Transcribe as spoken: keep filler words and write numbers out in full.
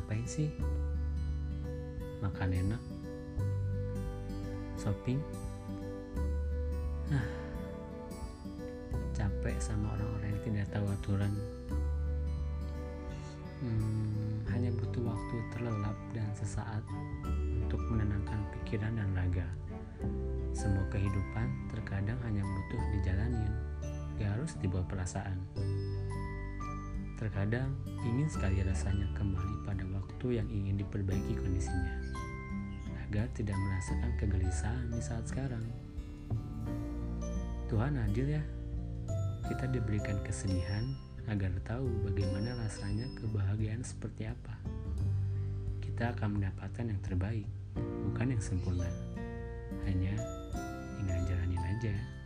Ngapain sih? Makan enak? Shopping? Ah, capek sama orang-orang yang tidak tahu aturan. Hmm, hanya butuh waktu terlelap dan sesaat untuk menenangkan pikiran dan raga. Semua kehidupan terkadang hanya butuh dijalanin, gak harus dibawa perasaan. Terkadang ingin sekali rasanya kembali pada waktu yang ingin diperbaiki kondisinya, agar tidak merasakan kegelisahan di saat sekarang. Tuhan adil ya, kita diberikan kesedihan agar tahu bagaimana rasanya kebahagiaan seperti apa. Kita akan mendapatkan yang terbaik, bukan yang sempurna. Hanya tinggal jalanin aja.